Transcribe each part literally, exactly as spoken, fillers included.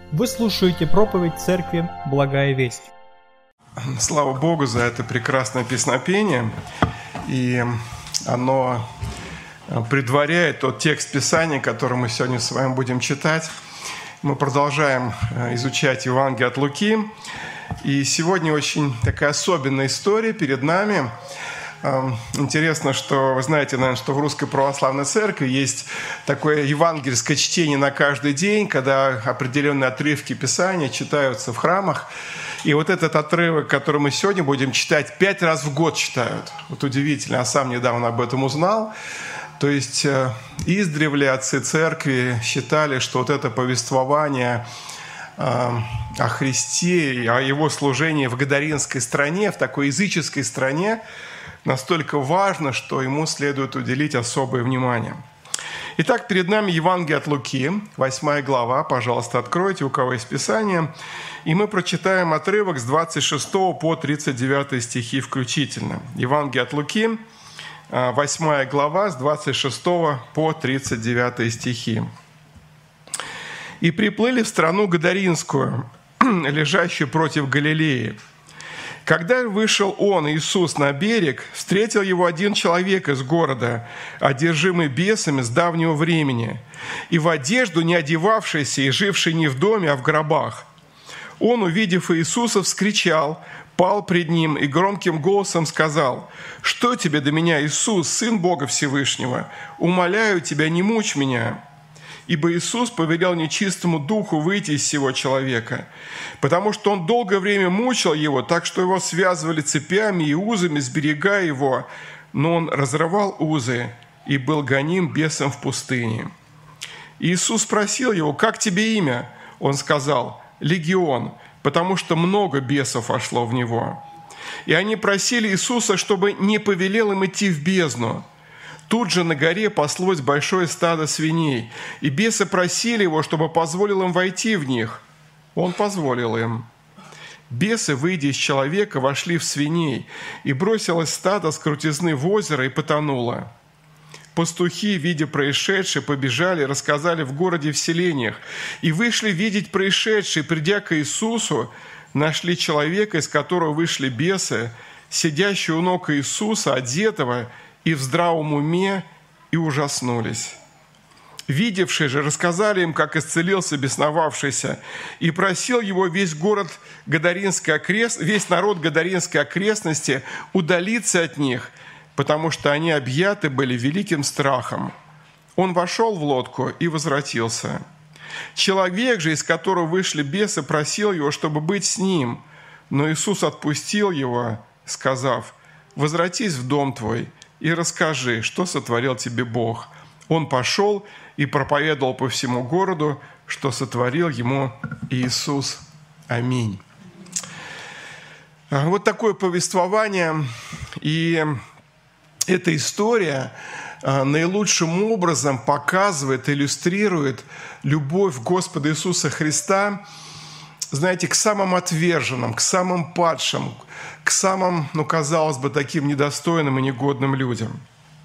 Вы слушаете проповедь Церкви Благая Весть. Слава Богу за это прекрасное песнопение. И оно предваряет тот текст Писания, который мы сегодня с вами будем читать. Мы продолжаем изучать Евангелие от Луки. И сегодня очень такая особенная история перед нами. Интересно, что вы знаете, наверное, что в Русской Православной Церкви есть такое евангельское чтение на каждый день, когда определенные отрывки Писания читаются в храмах. И вот этот отрывок, который мы сегодня будем читать, пять раз в год читают. Вот удивительно, я сам недавно об этом узнал. То есть издревле отцы Церкви считали, что вот это повествование о Христе и о Его служении в Гадаринской стране, в такой языческой стране, настолько важно, что ему следует уделить особое внимание. Итак, перед нами Евангелие от Луки, восьмая глава. Пожалуйста, откройте, у кого есть Писание. И мы прочитаем отрывок с двадцать шестого по тридцать девятый стихи включительно. Евангелие от Луки, восьмая глава, с двадцать шестого по тридцать девятый стихи. «И приплыли в страну Гадаринскую, лежащую против Галилеи. Когда вышел он, Иисус, на берег, встретил его один человек из города, одержимый бесами с давнего времени, и в одежду не одевавшийся и живший не в доме, а в гробах. Он, увидев Иисуса, вскричал, пал пред ним и громким голосом сказал: «Что тебе до меня, Иисус, Сын Бога Всевышнего? Умоляю тебя, не мучь меня». Ибо Иисус повелел нечистому духу выйти из сего человека, потому что он долгое время мучил его, так что его связывали цепями и узами, сберегая его, но он разрывал узы и был гоним бесом в пустыне. Иисус спросил его: «Как тебе имя?» Он сказал: «Легион», потому что много бесов вошло в него. И они просили Иисуса, чтобы не повелел им идти в бездну. Тут же на горе паслось большое стадо свиней, и бесы просили его, чтобы позволил им войти в них. Он позволил им. Бесы, выйдя из человека, вошли в свиней, и бросилось стадо с крутизны в озеро и потонуло. Пастухи, видя происшедшее, побежали, рассказали в городе и в селениях, и вышли видеть происшедшее, придя к Иисусу, нашли человека, из которого вышли бесы, сидящего у ног Иисуса, одетого и в здравом уме, и ужаснулись. Видевшие же рассказали им, как исцелился бесновавшийся, и просил его весь город Гадаринской окрест... весь народ Гадаринской окрестности удалиться от них, потому что они объяты были великим страхом. Он вошел в лодку и возвратился. Человек же, из которого вышли бесы, просил его, чтобы быть с ним, но Иисус отпустил его, сказав: «Возвратись в дом твой и расскажи, что сотворил тебе Бог». Он пошел и проповедовал по всему городу, что сотворил ему Иисус. Аминь. Вот такое повествование. И эта история наилучшим образом показывает, иллюстрирует любовь Господа Иисуса Христа, знаете, к самым отверженным, к самым падшим, к самым, ну, казалось бы, таким недостойным и негодным людям.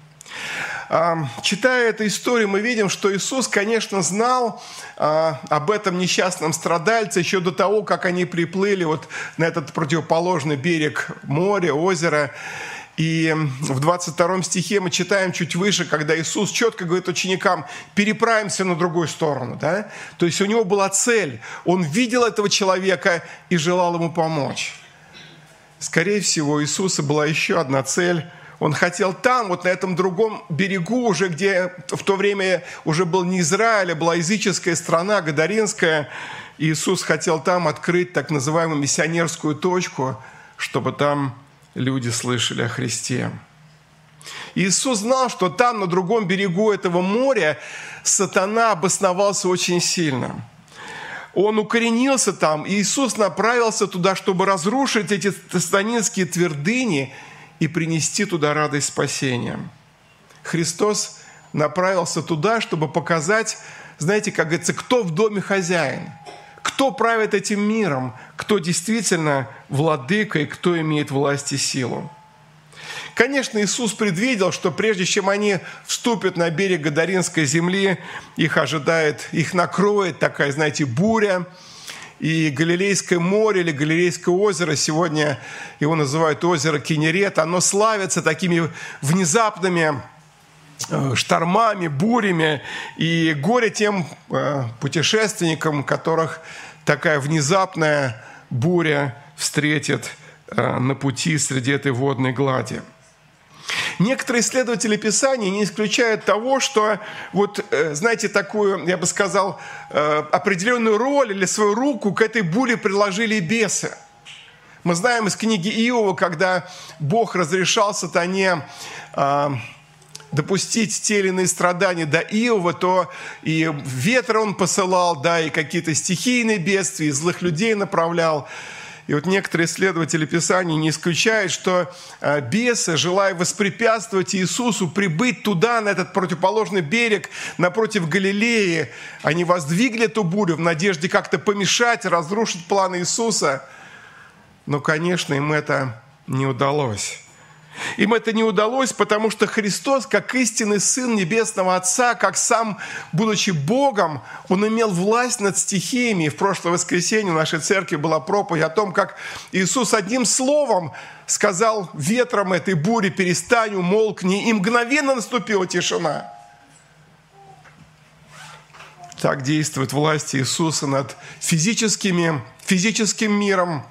Читая эту историю, мы видим, что Иисус, конечно, знал об этом несчастном страдальце еще до того, как они приплыли вот на этот противоположный берег моря, озера. И в двадцать втором стихе мы читаем чуть выше, когда Иисус четко говорит ученикам: переправимся на другую сторону. Да? То есть у него была цель. Он видел этого человека и желал ему помочь. Скорее всего, у Иисуса была еще одна цель. Он хотел там, вот на этом другом берегу, уже где в то время уже был не Израиль, а была языческая страна, Гадаринская. Иисус хотел там открыть так называемую миссионерскую точку, чтобы там люди слышали о Христе. Иисус знал, что там, на другом берегу этого моря, сатана обосновался очень сильно. Он укоренился там, и Иисус направился туда, чтобы разрушить эти сатанинские твердыни и принести туда радость спасения. Христос направился туда, чтобы показать, знаете, как говорится, кто в доме хозяин, кто правит этим миром, кто действительно владыка и кто имеет власть и силу. Конечно, Иисус предвидел, что прежде чем они вступят на берег Гадаринской земли, их ожидает, их накроет такая, знаете, буря, И Галилейское море или Галилейское озеро, сегодня его называют озеро Кинерет, оно славится такими внезапными штормами, бурями. И горе тем путешественникам, которых такая внезапная буря встретит на пути среди этой водной глади. Некоторые исследователи Писания не исключают того, что, вот, знаете, такую, я бы сказал, определенную роль или свою руку к этой буре приложили бесы. Мы знаем из книги Иова, когда Бог разрешал сатане допустить те или иные страдания до Иова, то и ветра он посылал, да, и какие-то стихийные бедствия, и злых людей направлял. И вот некоторые исследователи Писания не исключают, что бесы, желая воспрепятствовать Иисусу прибыть туда, на этот противоположный берег, напротив Галилеи, они воздвигли эту бурю в надежде как-то помешать, разрушить планы Иисуса. Но, конечно, им это не удалось. Им это не удалось, потому что Христос, как истинный Сын Небесного Отца, как сам, будучи Богом, Он имел власть над стихиями. И в прошлое воскресенье в нашей церкви была проповедь о том, как Иисус одним словом сказал ветрам этой бури: «Перестань, умолкни», и мгновенно наступила тишина. Так действует власть Иисуса над физическими, физическим миром.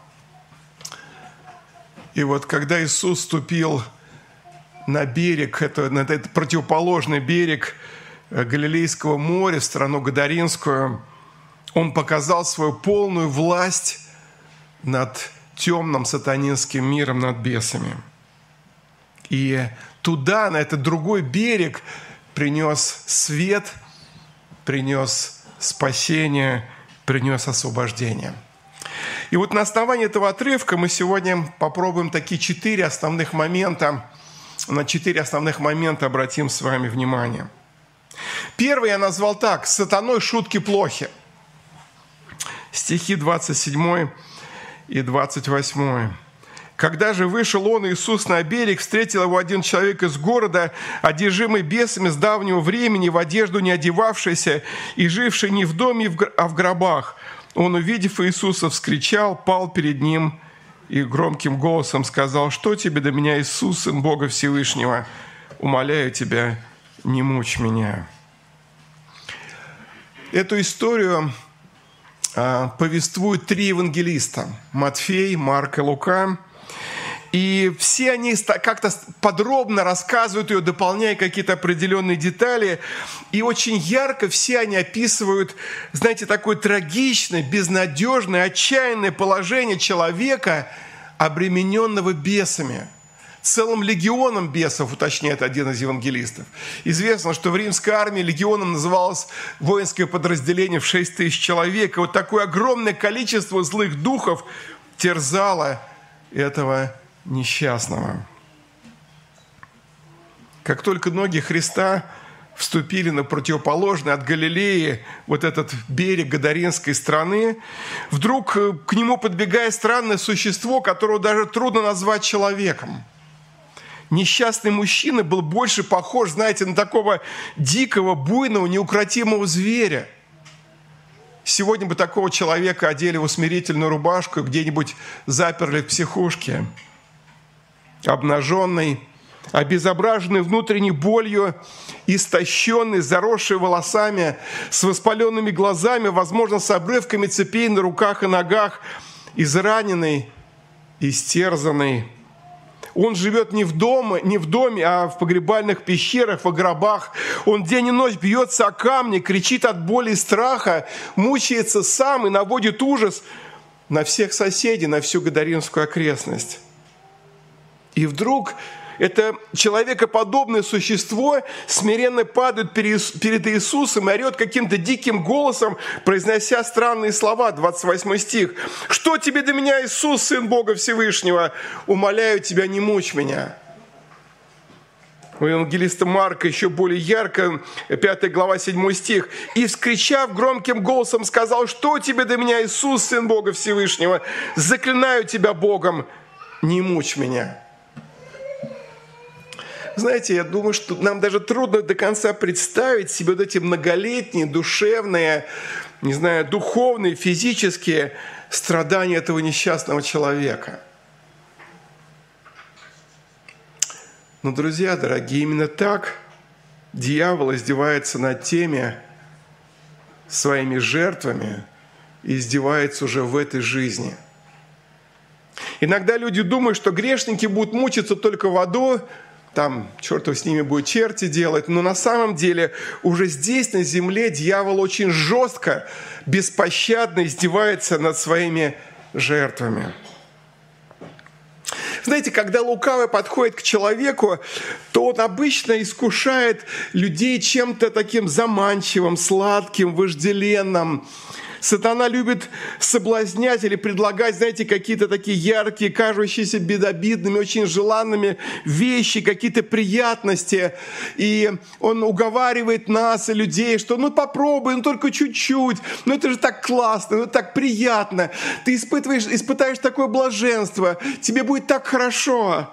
И вот когда Иисус ступил на берег, это, на этот противоположный берег Галилейского моря, в страну Гадаринскую, Он показал свою полную власть над темным сатанинским миром, над бесами. И туда, на этот другой берег, принес свет, принес спасение, принес освобождение. И вот на основании этого отрывка мы сегодня попробуем такие четыре основных момента, на четыре основных момента обратим с вами внимание. Первый я назвал так: «С сатаной шутки плохи». Стихи двадцать семь и двадцать восемь. «Когда же вышел он, Иисус, на берег, встретил его один человек из города, одержимый бесами с давнего времени, в одежду не одевавшийся и живший не в доме, а в гробах. Он, увидев Иисуса, вскричал, пал перед ним и громким голосом сказал: „Что тебе до меня, Иисус, Сын Бога Всевышнего? Умоляю тебя, не мучь меня“». Эту историю а, повествуют три евангелиста – Матфей, Марк и Лука. И все они как-то подробно рассказывают ее, дополняя какие-то определенные детали. И очень ярко все они описывают, знаете, такое трагичное, безнадежное, отчаянное положение человека, обремененного бесами. Целым легионом бесов, уточняет один из евангелистов. Известно, что в римской армии легионом называлось воинское подразделение в шесть тысяч человек. И вот такое огромное количество злых духов терзало этого несчастного. Как только ноги Христа вступили на противоположный от Галилеи вот этот берег Гадаринской страны, вдруг к нему подбегает странное существо, которого даже трудно назвать человеком. Несчастный мужчина был больше похож, знаете, на такого дикого, буйного, неукротимого зверя. Сегодня бы такого человека одели в усмирительную рубашку и где-нибудь заперли в психушке. Обнаженный, обезображенный внутренней болью, истощенный, заросший волосами, с воспаленными глазами, возможно, с обрывками цепей на руках и ногах, израненный, истерзанный. Он живет не в доме, не в доме, а в погребальных пещерах, в гробах. Он день и ночь бьется о камни, кричит от боли и страха, мучается сам и наводит ужас на всех соседей, на всю Гадаринскую окрестность. И вдруг это человекоподобное существо смиренно падает перед Иисусом и орет каким-то диким голосом, произнося странные слова. двадцать восьмой стих. «Что тебе до меня, Иисус, Сын Бога Всевышнего? Умоляю тебя, не мучь меня». У евангелиста Марка еще более ярко, пятая глава, седьмой стих. «И, вскричав громким голосом, сказал: „Что тебе до меня, Иисус, Сын Бога Всевышнего? Заклинаю тебя Богом, не мучь меня“». Знаете, я думаю, что нам даже трудно до конца представить себе вот эти многолетние, душевные, не знаю, духовные, физические страдания этого несчастного человека. Но, друзья дорогие, именно так дьявол издевается над теми своими жертвами и издевается уже в этой жизни. Иногда люди думают, что грешники будут мучиться только в аду, там чертов с ними будет черти делать, но на самом деле уже здесь, на земле, дьявол очень жестко, беспощадно издевается над своими жертвами. Знаете, когда лукавый подходит к человеку, то он обычно искушает людей чем-то таким заманчивым, сладким, вожделенным. Сатана любит соблазнять или предлагать, знаете, какие-то такие яркие, кажущиеся безобидными, очень желанными вещи, какие-то приятности. И он уговаривает нас и людей, что ну попробуй, ну только чуть-чуть, ну это же так классно, ну так приятно. Ты испытываешь, испытаешь такое блаженство, тебе будет так хорошо.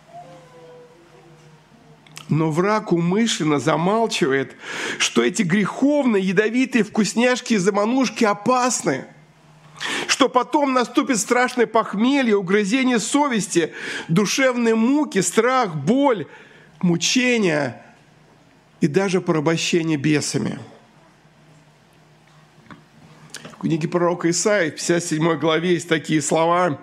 Но враг умышленно замалчивает, что эти греховные, ядовитые вкусняшки и заманушки опасны, что потом наступит страшное похмелье, угрызение совести, душевные муки, страх, боль, мучения и даже порабощение бесами. В книге пророка Исаии, в пятьдесят седьмой главе, есть такие слова: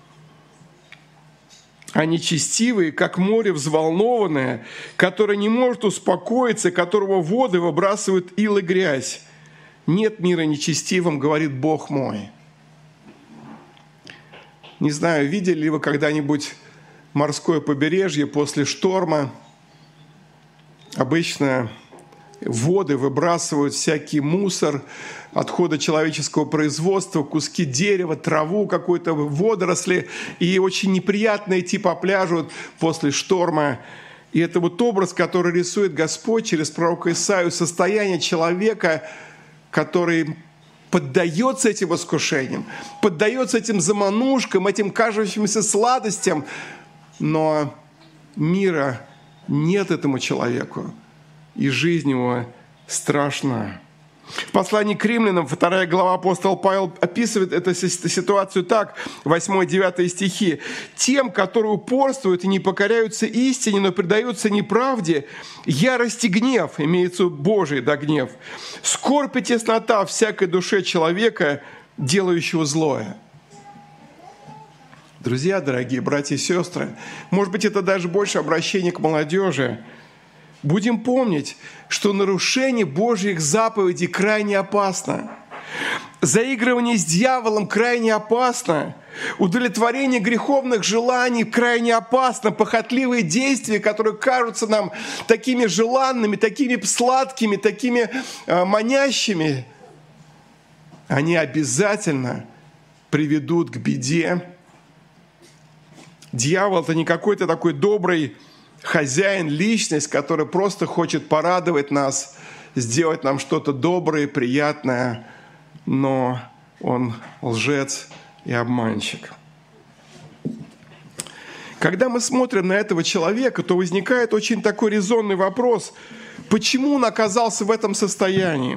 а нечестивые, как море взволнованное, которое не может успокоиться, которого воды выбрасывают ил и грязь. Нет мира нечестивым, говорит Бог мой. Не знаю, видели ли вы когда-нибудь морское побережье после шторма? Обычно воды выбрасывают всякий мусор, отходы человеческого производства, куски дерева, траву, какой-то водоросли. И очень неприятно идти по пляжу после шторма. И это вот образ, который рисует Господь через пророка Исаию, состояние человека, который поддается этим искушениям, поддается этим заманушкам, этим кажущимся сладостям, но мира нет этому человеку, и жизнь его страшна. В послании к римлянам, вторая глава, апостол Павел описывает эту ситуацию так, восьмой-девятый стихи. «Тем, которые упорствуют и не покоряются истине, но предаются неправде, ярость и гнев», имеется Божий, да, гнев, «скорбь и теснота всякой душе человека, делающего злое». Друзья, дорогие братья и сестры, может быть, это даже больше обращение к молодежи. Будем помнить, что нарушение Божьих заповедей крайне опасно. Заигрывание с дьяволом крайне опасно. Удовлетворение греховных желаний крайне опасно. Похотливые действия, которые кажутся нам такими желанными, такими сладкими, такими э, манящими, они обязательно приведут к беде. Дьявол – это не какой-то такой добрый хозяин, личность, который просто хочет порадовать нас, сделать нам что-то доброе, приятное, но он лжец и обманщик. Когда мы смотрим на этого человека, то возникает очень такой резонный вопрос: почему он оказался в этом состоянии?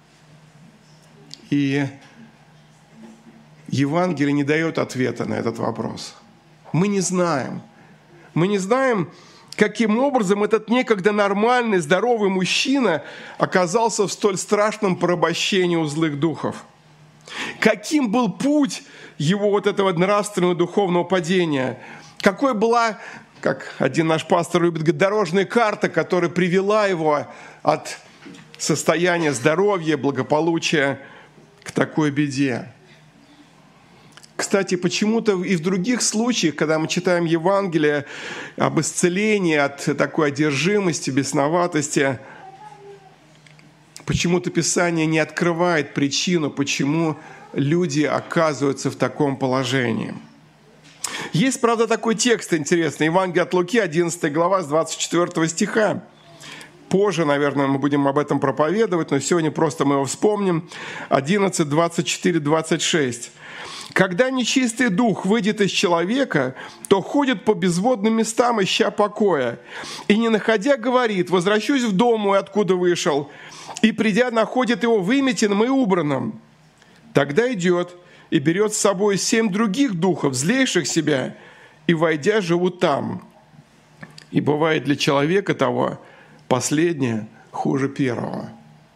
И Евангелие не дает ответа на этот вопрос. Мы не знаем. Мы не знаем, каким образом этот некогда нормальный, здоровый мужчина оказался в столь страшном порабощении у злых духов. Каким был путь его вот этого нравственного духовного падения? Какой была, как один наш пастор любит говорить, дорожная карта, которая привела его от состояния здоровья, благополучия к такой беде? Кстати, почему-то и в других случаях, когда мы читаем Евангелие об исцелении от такой одержимости, бесноватости, почему-то Писание не открывает причину, почему люди оказываются в таком положении. Есть, правда, такой текст интересный, Евангелие от Луки, одиннадцатая глава, с двадцать четвёртого стиха. Позже, наверное, мы будем об этом проповедовать, но сегодня просто мы его вспомним. одиннадцать, двадцать четыре, двадцать шесть. «Когда нечистый дух выйдет из человека, то ходит по безводным местам, ища покоя, и, не находя, говорит: возвращусь в дом мой, откуда вышел. и, придя, находит его выметенным и убранным. Тогда идет и берет с собой семь других духов, злейших себя, и, войдя, живут там. И бывает для человека того последнее хуже первого».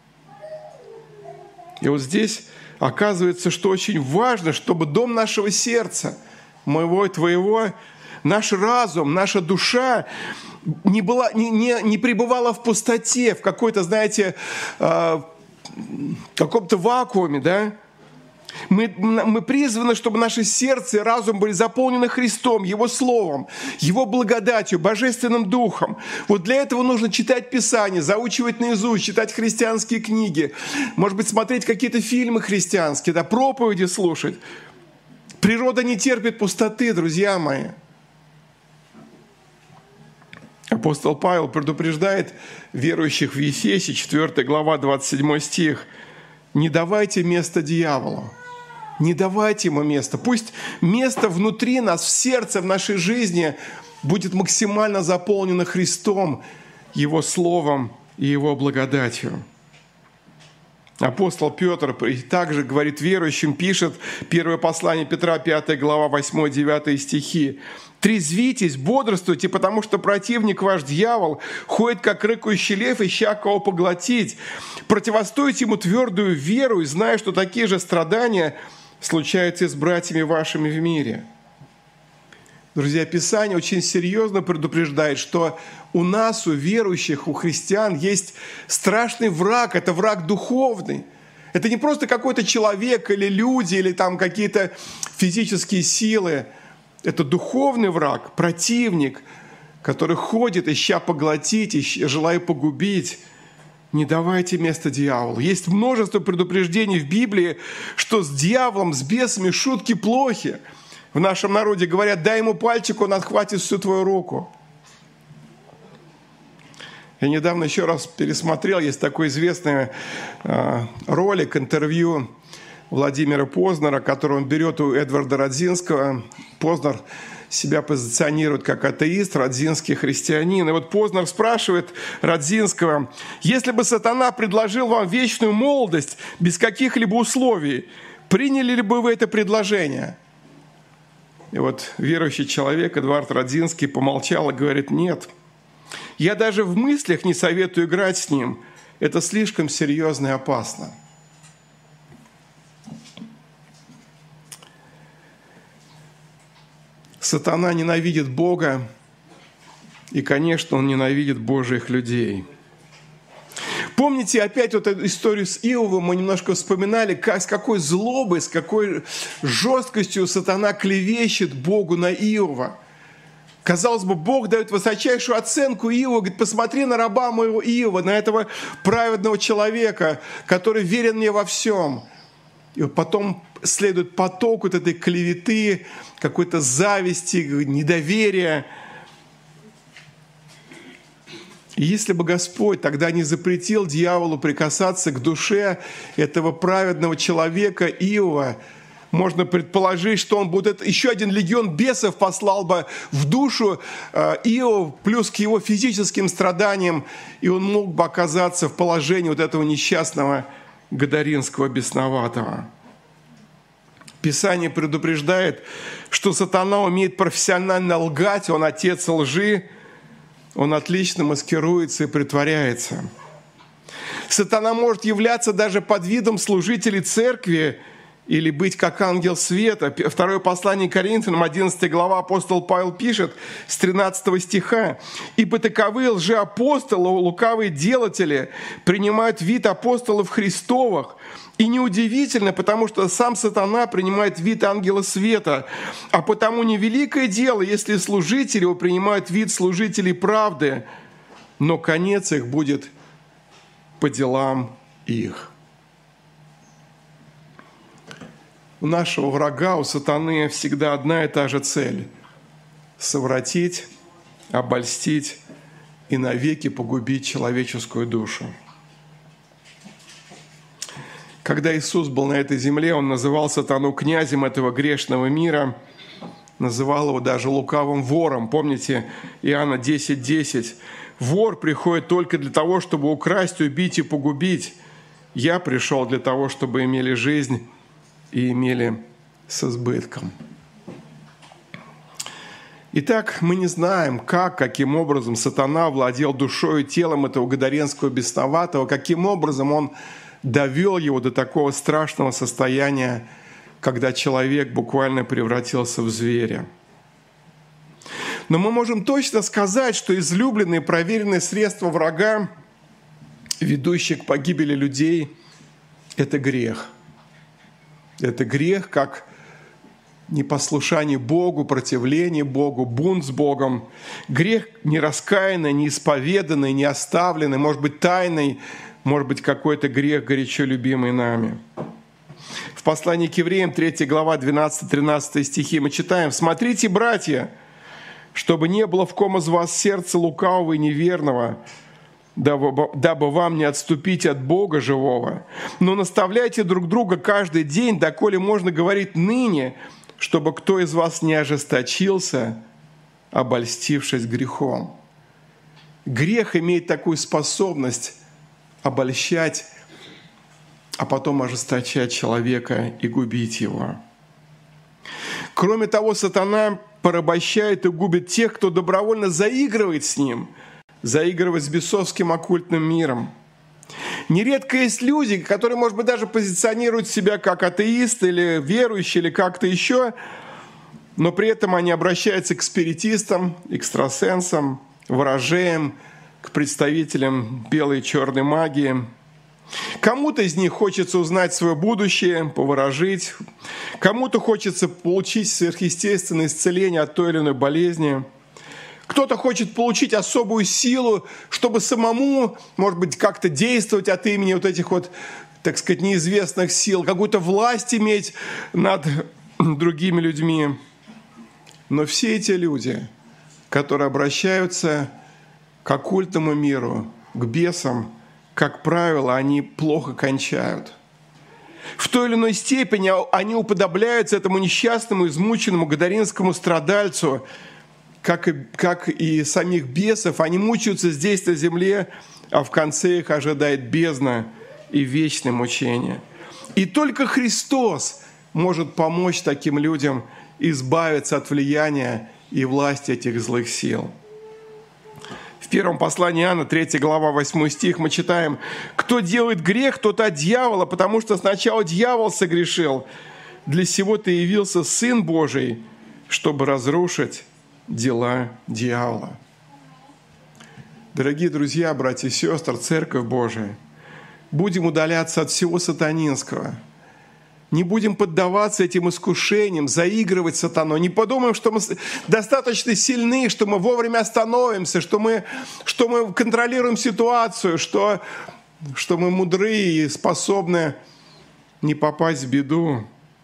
И вот здесь оказывается, что очень важно, чтобы дом нашего сердца, моего и твоего, наш разум, наша душа не, была, не, не, не пребывала в пустоте, в какой-то, знаете, э, каком-то вакууме, да? Мы, мы призваны, чтобы наше сердце и разум были заполнены Христом, Его Словом, Его благодатью, Божественным Духом. Вот для этого нужно читать Писание, заучивать наизусть, читать христианские книги, может быть, смотреть какие-то фильмы христианские, да, проповеди слушать. Природа не терпит пустоты, друзья мои. Апостол Павел предупреждает верующих в Ефесе, четвёртая глава, двадцать седьмой стих. «Не давайте место дьяволу». Не давайте ему место. Пусть место внутри нас, в сердце, в нашей жизни будет максимально заполнено Христом, Его Словом и Его благодатью. Апостол Петр также говорит верующим, пишет первое послание Петра, пятая глава, восьмой-девятый стихи. «Трезвитесь, бодрствуйте, потому что противник ваш, дьявол, ходит, как рыкающий лев, ища кого поглотить. Противостойте ему твердую веру, и зная, что такие же страдания случаются и с братьями вашими в мире». Друзья, Писание очень серьезно предупреждает, что у нас, у верующих, у христиан есть страшный враг, это враг духовный. Это не просто какой-то человек или люди, или там какие-то физические силы. Это духовный враг, противник, который ходит, ища поглотить, ища, желая погубить. Не давайте место дьяволу. Есть множество предупреждений в Библии, что с дьяволом, с бесами шутки плохи. В нашем народе говорят: дай ему пальчик, он отхватит всю твою руку. Я недавно еще раз пересмотрел, есть такой известный э, ролик, интервью Владимира Познера, который он берет у Эдварда Радзинского. Познер себя позиционирует как атеист, радзинский христианин. И вот Познер спрашивает Радзинского: если бы сатана предложил вам вечную молодость без каких-либо условий, приняли ли бы вы это предложение? И вот верующий человек Эдвард Радзинский помолчал и говорит: нет, я даже в мыслях не советую играть с ним. Это слишком серьезно и опасно. Сатана ненавидит Бога, и, конечно, он ненавидит Божьих людей. Помните опять вот эту историю с Иовом, мы немножко вспоминали, как, с какой злобой, с какой жесткостью сатана клевещет Богу на Иова. Казалось бы, Бог дает высочайшую оценку Иову, говорит: посмотри на раба моего Иова, на этого праведного человека, который верен мне во всем. И потом следует поток вот этой клеветы, какой-то зависти, недоверия. И если бы Господь тогда не запретил дьяволу прикасаться к душе этого праведного человека Иова, можно предположить, что он будет еще один легион бесов послал бы в душу Иова, плюс к его физическим страданиям, и он мог бы оказаться в положении вот этого несчастного гадаринского бесноватого. Писание предупреждает, что сатана умеет профессионально лгать, он отец лжи, он отлично маскируется и притворяется. Сатана может являться даже под видом служителей церкви или быть как ангел света. Второе послание Коринфянам, одиннадцатая глава, апостол Павел пишет с тринадцатого стиха: «Ибо таковые лжеапостолы, лукавые делатели, принимают вид апостолов Христовых». И неудивительно, потому что сам сатана принимает вид ангела света, а потому невеликое дело, если служители его принимают вид служителей правды, но конец их будет по делам их. У нашего врага, у сатаны всегда одна и та же цель – совратить, обольстить и навеки погубить человеческую душу. Когда Иисус был на этой земле, Он называл сатану князем этого грешного мира, называл его даже лукавым вором. Помните Иоанна десять десять? вор приходит только для того, чтобы украсть, убить и погубить. Я пришел для того, чтобы имели жизнь и имели с избытком». Итак, мы не знаем, как, каким образом сатана владел душой и телом этого гадаренского бесноватого, каким образом он довел его до такого страшного состояния, когда человек буквально превратился в зверя. Но мы можем точно сказать, что излюбленные проверенные средства врага, ведущие к погибели людей, это грех. Это грех как непослушание Богу, противление Богу, бунт с Богом. Грех нераскаянный, неисповеданный, не оставленный, может быть, тайный, может быть, какой-то грех, горячо любимый нами. В послании к евреям, третья глава, двенадцатый-тринадцатый стихи мы читаем: «Смотрите, братья, чтобы не было в ком из вас сердца лукавого и неверного, дабы, дабы вам не отступить от Бога живого. Но наставляйте друг друга каждый день, доколе можно говорить ныне, чтобы кто из вас не ожесточился, обольстившись грехом». Грех имеет такую способность обольщать, а потом ожесточать человека и губить его. Кроме того, сатана порабощает и губит тех, кто добровольно заигрывает с ним, заигрывает с бесовским оккультным миром. Нередко есть люди, которые, может быть, даже позиционируют себя как атеисты или верующие, или как-то еще, но при этом они обращаются к спиритистам, экстрасенсам, ворожеям, к представителям белой и черной магии. Кому-то из них хочется узнать свое будущее, поворожить. Кому-то хочется получить сверхъестественное исцеление от той или иной болезни. Кто-то хочет получить особую силу, чтобы самому, может быть, как-то действовать от имени вот этих вот, так сказать, неизвестных сил, какую-то власть иметь над другими людьми. Но все эти люди, которые обращаются к оккультному миру, к бесам, как правило, они плохо кончают. В той или иной степени они уподобляются этому несчастному, измученному гадаринскому страдальцу, как и, как и самих бесов. Они мучаются здесь, на земле, а в конце их ожидает бездна и вечное мучение. И только Христос может помочь таким людям избавиться от влияния и власти этих злых сил. В первом послании Иоанна, третья глава, восьмой стих, мы читаем: «Кто делает грех, тот от дьявола, потому что сначала дьявол согрешил. Для сего-то явился Сын Божий, чтобы разрушить дела дьявола». Дорогие друзья, братья и сестры, Церковь Божия, будем удаляться от всего сатанинского. Не будем поддаваться этим искушениям, заигрывать с сатаной. Не подумаем, что мы достаточно сильны, что мы вовремя остановимся, что мы, что мы контролируем ситуацию, что, что мы мудры и способны не попасть в беду.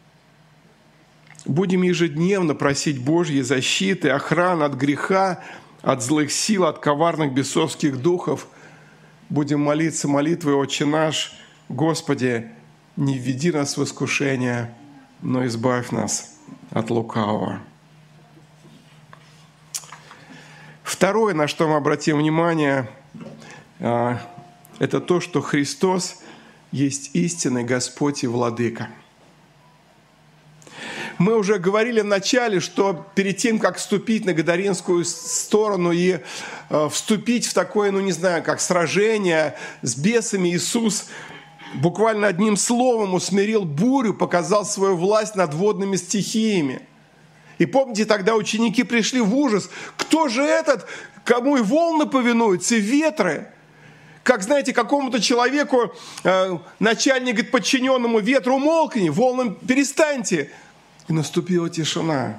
Будем ежедневно просить Божьей защиты, охраны от греха, от злых сил, от коварных бесовских духов. Будем молиться молитвой «Отче наш», «Господи, не введи нас в искушение, но избавь нас от лукавого». Второе, на что мы обратим внимание, это то, что Христос есть истинный Господь и Владыка. Мы уже говорили в начале, что перед тем, как вступить на гадаринскую сторону и вступить в такое, ну не знаю, как сражение с бесами, Иисус буквально одним словом усмирил бурю, показал свою власть над водными стихиями. И помните, тогда ученики пришли в ужас. Кто же этот, кому и волны повинуются, и ветры? Как, знаете, какому-то человеку э, начальник говорит подчиненному: ветру умолкни, волнам перестаньте. И наступила тишина.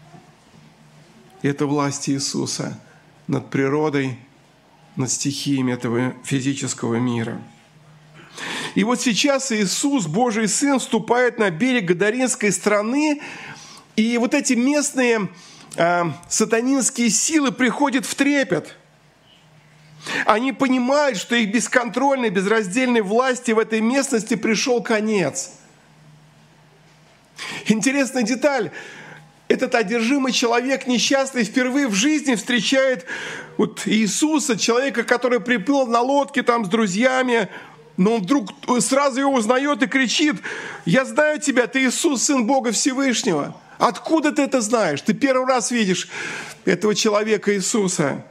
И это власть Иисуса над природой, над стихиями этого физического мира. И вот сейчас Иисус, Божий Сын, вступает на берег гадаринской страны, и вот эти местные э, сатанинские силы приходят в трепет. Они понимают, что их бесконтрольной, безраздельной власти в этой местности пришел конец. Интересная деталь. этот одержимый человек несчастный впервые в жизни встречает вот Иисуса, человека, который приплыл на лодке там с друзьями, но он вдруг сразу его узнает и кричит: «Я знаю тебя, ты Иисус, Сын Бога Всевышнего». Откуда ты это знаешь? Ты первый раз видишь этого человека Иисуса.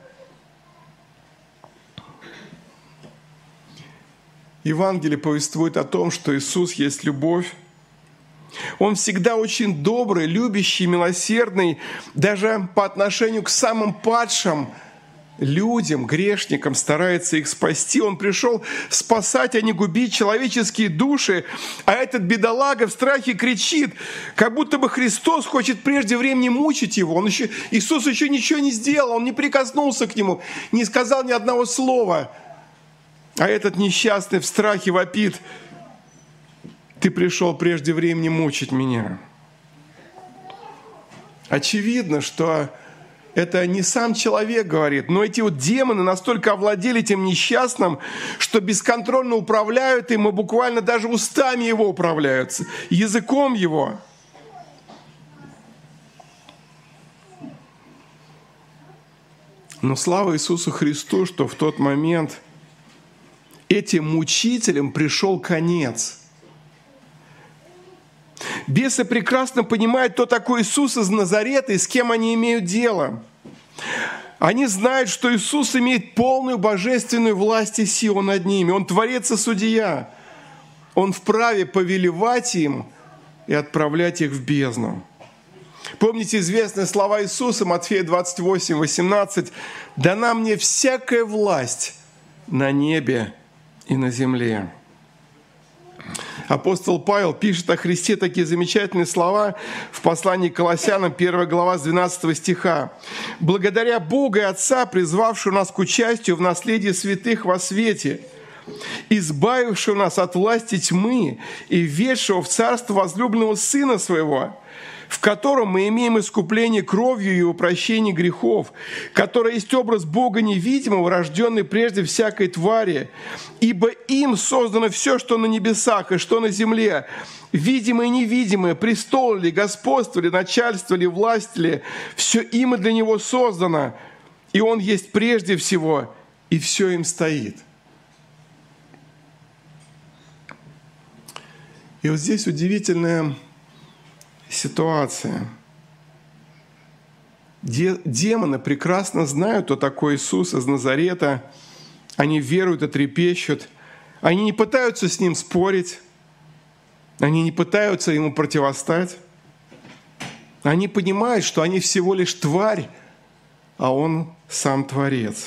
Евангелие повествует о том, что Иисус есть любовь. Он всегда очень добрый, любящий, милосердный, даже по отношению к самым падшим людям, грешникам, старается их спасти. Он пришел спасать, а не губить человеческие души. А этот бедолага в страхе кричит, как будто бы Христос хочет прежде времени мучить его. Он еще, Иисус еще ничего не сделал, он не прикоснулся к нему, не сказал ни одного слова. А этот несчастный в страхе вопит: «Ты пришел прежде времени мучить меня». Очевидно, что это не сам человек говорит, но эти вот демоны настолько овладели этим несчастным, что бесконтрольно управляют им и буквально даже устами его управляют, языком его. Но слава Иисусу Христу, что в тот момент этим мучителям пришел конец. Бесы прекрасно понимают, кто такой Иисус из Назарета и с кем они имеют дело. Они знают, что Иисус имеет полную божественную власть и силу над ними. Он творец и судья. Он вправе повелевать им и отправлять их в бездну. Помните известные слова Иисуса, Матфея двадцать восемь, восемнадцать: «Дана мне всякая власть на небе и на земле». Апостол Павел пишет о Христе такие замечательные слова в послании к Колоссянам, первая глава, с двенадцатого стиха. «Благодаря Богу и Отца, призвавшего нас к участию в наследии святых во свете, избавившего нас от власти тьмы и введшего в царство возлюбленного Сына Своего, в котором мы имеем искупление кровью Его прощения грехов, которое есть образ Бога невидимого, рожденный прежде всякой твари. Ибо им создано все, что на небесах и что на земле, видимое и невидимое, престол ли, господство ли, начальство ли, власть ли, все им и для Него создано, и Он есть прежде всего, и все им стоит». И вот здесь удивительная ситуация. Демоны прекрасно знают, кто такой Иисус из Назарета. Они веруют и трепещут. Они не пытаются с Ним спорить. Они не пытаются Ему противостать. Они понимают, что они всего лишь тварь, а Он сам Творец.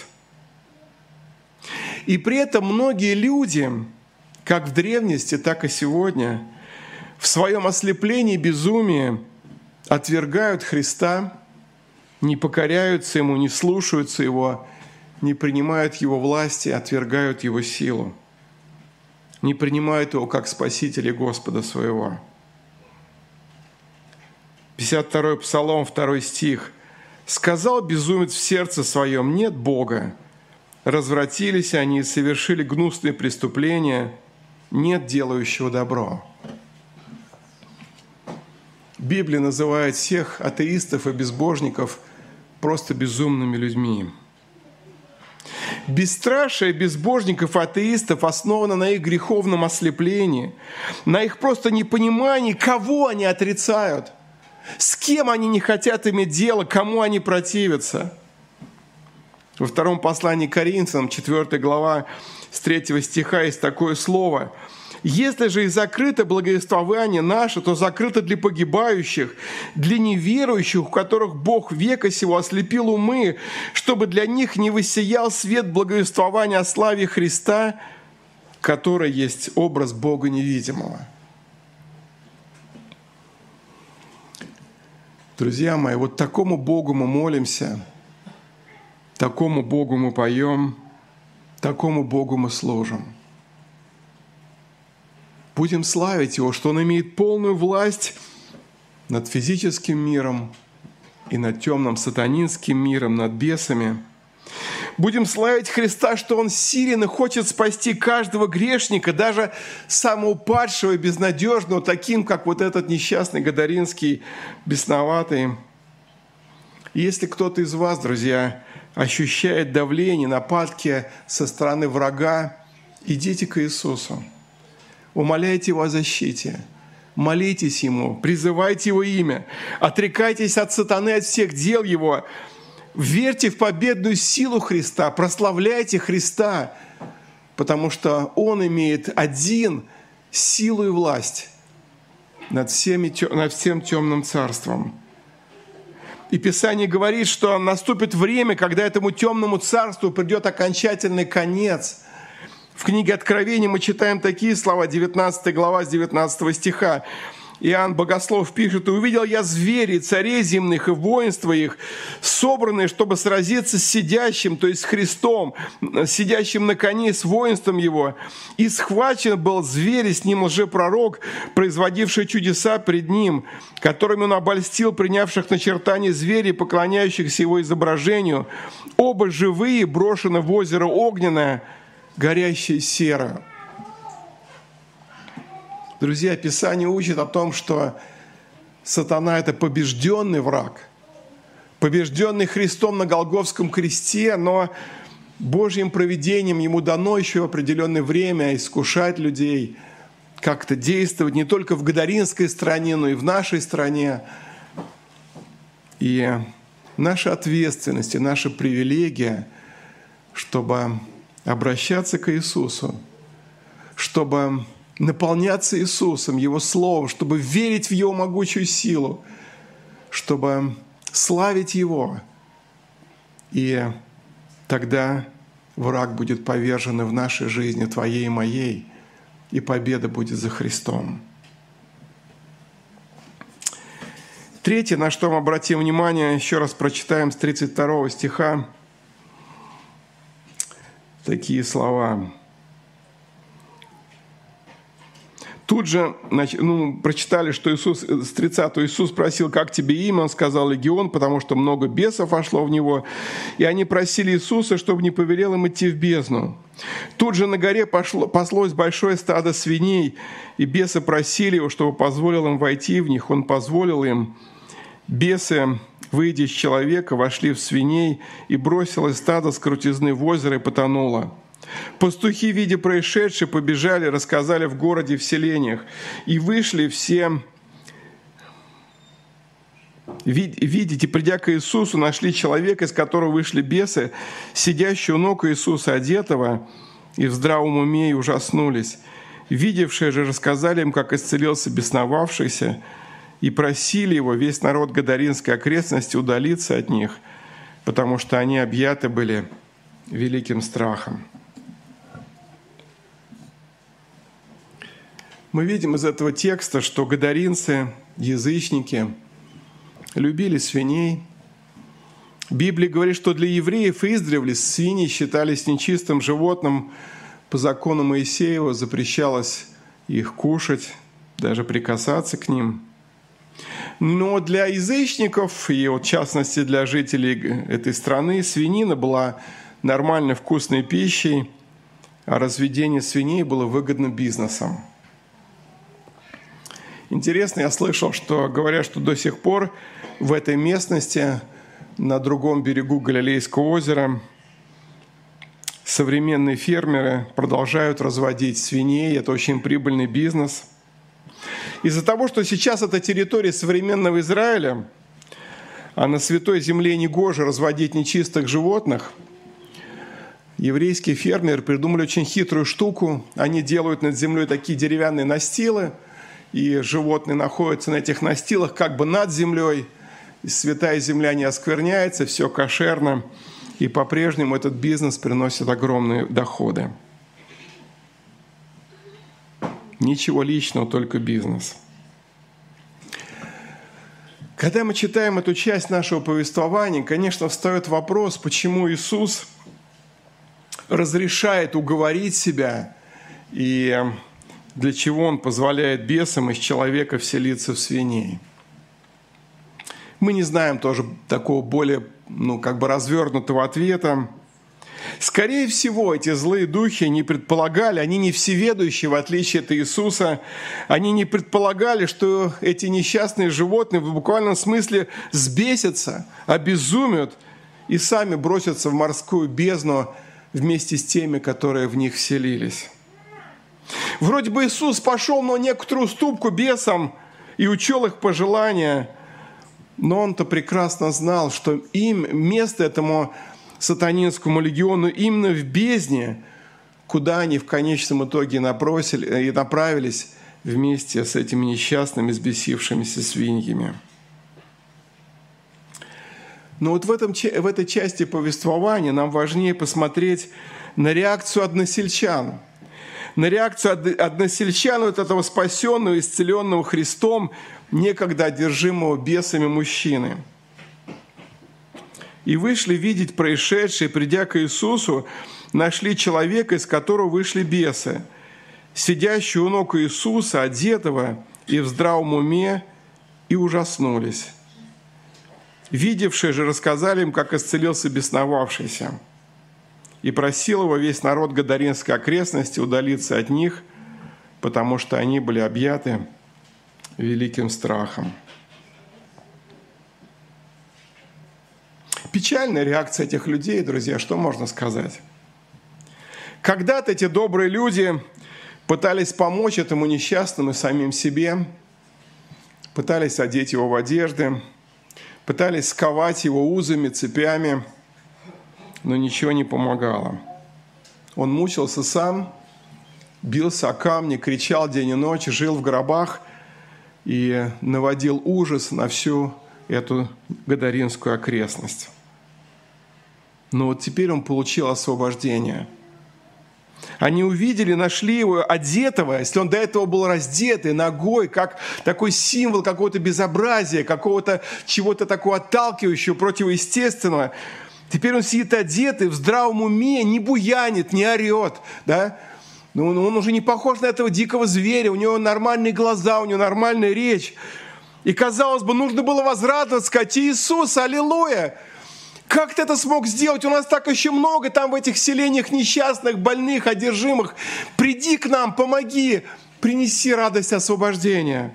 И при этом многие люди, как в древности, так и сегодня, в своем ослеплении и безумии отвергают Христа, не покоряются Ему, не слушаются Его, не принимают Его власти, отвергают Его силу, не принимают Его как Спасителя и Господа своего. пятьдесят второй Псалом, второй стих. «Сказал безумец в сердце своем: нет Бога. Развратились они и совершили гнусные преступления, нет делающего добро». Библия называет всех атеистов и безбожников просто безумными людьми. Бесстрашие безбожников и атеистов основано на их греховном ослеплении, на их просто непонимании, кого они отрицают, с кем они не хотят иметь дело, кому они противятся. Во втором послании к Коринфянам, четвёртая глава, с третьего стиха есть такое слово: «Если же и закрыто благовествование наше, то закрыто для погибающих, для неверующих, у которых Бог века сего ослепил умы, чтобы для них не воссиял свет благовествования о славе Христа, который есть образ Бога невидимого». Друзья мои, вот такому Богу мы молимся, такому Богу мы поем, такому Богу мы служим. Будем славить Его, что Он имеет полную власть над физическим миром и над темным сатанинским миром, над бесами. Будем славить Христа, что Он силен и хочет спасти каждого грешника, даже самого падшего и безнадежного, таким, как вот этот несчастный Гадаринский, бесноватый. И если кто-то из вас, друзья, ощущает давление, нападки со стороны врага, идите к Иисусу, умоляйте Его о защите, молитесь Ему, призывайте Его имя, отрекайтесь от сатаны, от всех дел Его, верьте в победную силу Христа, прославляйте Христа, потому что Он имеет один силу и власть над, всеми, над всем темным царством. И Писание говорит, что наступит время, когда этому темному царству придет окончательный конец. В книге Откровения мы читаем такие слова, девятнадцатая глава с девятнадцатого стиха. Иоанн Богослов пишет: «И увидел я зверей, царей земных и воинства их, собранные, чтобы сразиться с сидящим, то есть с Христом, сидящим на коне, с воинством его. И схвачен был зверь, и с ним лжепророк, производивший чудеса пред ним, которыми он обольстил принявших начертание зверей, поклоняющихся его изображению. Оба живые, брошены в озеро огненное, горящее серо». Друзья, Писание учит о том, что сатана – это побежденный враг, побежденный Христом на Голгофском кресте, но Божьим провидением ему дано еще определенное время искушать людей, как-то действовать не только в Гадаринской стране, но и в нашей стране. И наша ответственность и наша привилегия, чтобы обращаться к Иисусу, чтобы наполняться Иисусом, Его Словом, чтобы верить в Его могучую силу, чтобы славить Его. И тогда враг будет повержен и в нашей жизни, твоей и моей, и победа будет за Христом. Третье, на что мы обратим внимание, еще раз прочитаем с тридцать второго стиха такие слова. Тут же ну, прочитали, что Иисус, с тридцатого Иисус спросил: «Как тебе имя?» Он сказал: «Легион», потому что много бесов вошло в него. И они просили Иисуса, чтобы не повелел им идти в бездну. Тут же на горе пошло, паслось большое стадо свиней, и бесы просили его, чтобы позволил им войти в них. Он позволил им. Бесы, выйдя из человека, вошли в свиней, и бросилось стадо с крутизны в озеро и потонуло. Пастухи, видя происшедшее, побежали, рассказали в городе и в селениях. И вышли все, видите, придя к Иисусу, нашли человека, из которого вышли бесы, сидящего у ног Иисуса, одетого, и в здравом уме и ужаснулись. Видевшие же рассказали им, как исцелился бесновавшийся, и просили его, весь народ Гадаринской окрестности, удалиться от них, потому что они объяты были великим страхом. Мы видим из этого текста, что гадаринцы, язычники, любили свиней. Библия говорит, что для евреев издревле свиньи считались нечистым животным. По закону Моисеева запрещалось их кушать, даже прикасаться к ним. Но для язычников, и в частности для жителей этой страны, свинина была нормальной вкусной пищей, а разведение свиней было выгодным бизнесом. Интересно, я слышал, что говорят, что до сих пор в этой местности, на другом берегу Галилейского озера, современные фермеры продолжают разводить свиней. Это очень прибыльный бизнес. Из-за того, что сейчас это территория современного Израиля, а на святой земле негоже разводить нечистых животных, еврейские фермеры придумали очень хитрую штуку. Они делают над землей такие деревянные настилы, и животные находятся на этих настилах как бы над землей. И святая земля не оскверняется, все кошерно. И по-прежнему этот бизнес приносит огромные доходы. Ничего личного, только бизнес. Когда мы читаем эту часть нашего повествования, конечно, встает вопрос, почему Иисус разрешает уговорить себя, и для чего Он позволяет бесам из человека вселиться в свиней. Мы не знаем тоже такого более, ну, как бы развернутого ответа. Скорее всего, эти злые духи не предполагали, они не всеведущие, в отличие от Иисуса, они не предполагали, что эти несчастные животные в буквальном смысле взбесятся, обезумят и сами бросятся в морскую бездну вместе с теми, которые в них вселились. Вроде бы Иисус пошел на некоторую уступку бесам и учел их пожелания, но Он-то прекрасно знал, что им место этому сатанинскому легиону именно в бездне, куда они в конечном итоге напросили, и направились вместе с этими несчастными, взбесившимися свиньями. Но вот в, этом, в этой части повествования нам важнее посмотреть на реакцию односельчан. На реакцию односельчан вот этого спасенного, исцеленного Христом, некогда одержимого бесами мужчины. И вышли видеть происшедшее, придя к Иисусу, нашли человека, из которого вышли бесы, сидящего у ног Иисуса, одетого и в здравом уме, и ужаснулись. Видевшие же рассказали им, как исцелился бесновавшийся. И просил его весь народ Гадаринской окрестности удалиться от них, потому что они были объяты великим страхом. Печальная реакция этих людей, друзья, что можно сказать? Когда-то эти добрые люди пытались помочь этому несчастному самим себе, пытались одеть его в одежды, пытались сковать его узами, цепями, но ничего не помогало. Он мучился сам, бился о камни, кричал день и ночь, жил в гробах и наводил ужас на всю эту Гадаринскую окрестность. Но вот теперь он получил освобождение. Они увидели, нашли его одетого, если он до этого был раздетый, нагой, как такой символ какого-то безобразия, какого-то чего-то такого отталкивающего, противоестественного. Теперь он сидит одетый, в здравом уме, не буянит, не орет. Да? Но он, он уже не похож на этого дикого зверя, у него нормальные глаза, у него нормальная речь. И, казалось бы, нужно было возрадоваться, сказать: Иисус, аллилуйя! Как ты это смог сделать? У нас так еще много там в этих селениях несчастных, больных, одержимых. Приди к нам, помоги, принеси радость освобождения.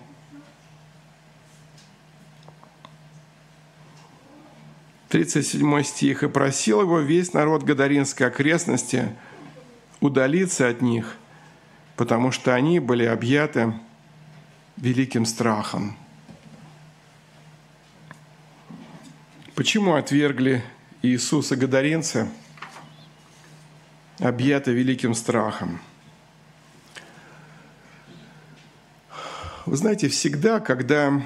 тридцать седьмой стих. «И просил его весь народ Гадаринской окрестности удалиться от них, потому что они были объяты великим страхом». Почему отвергли Иисуса гадаринцы, объяты великим страхом? Вы знаете, всегда, когда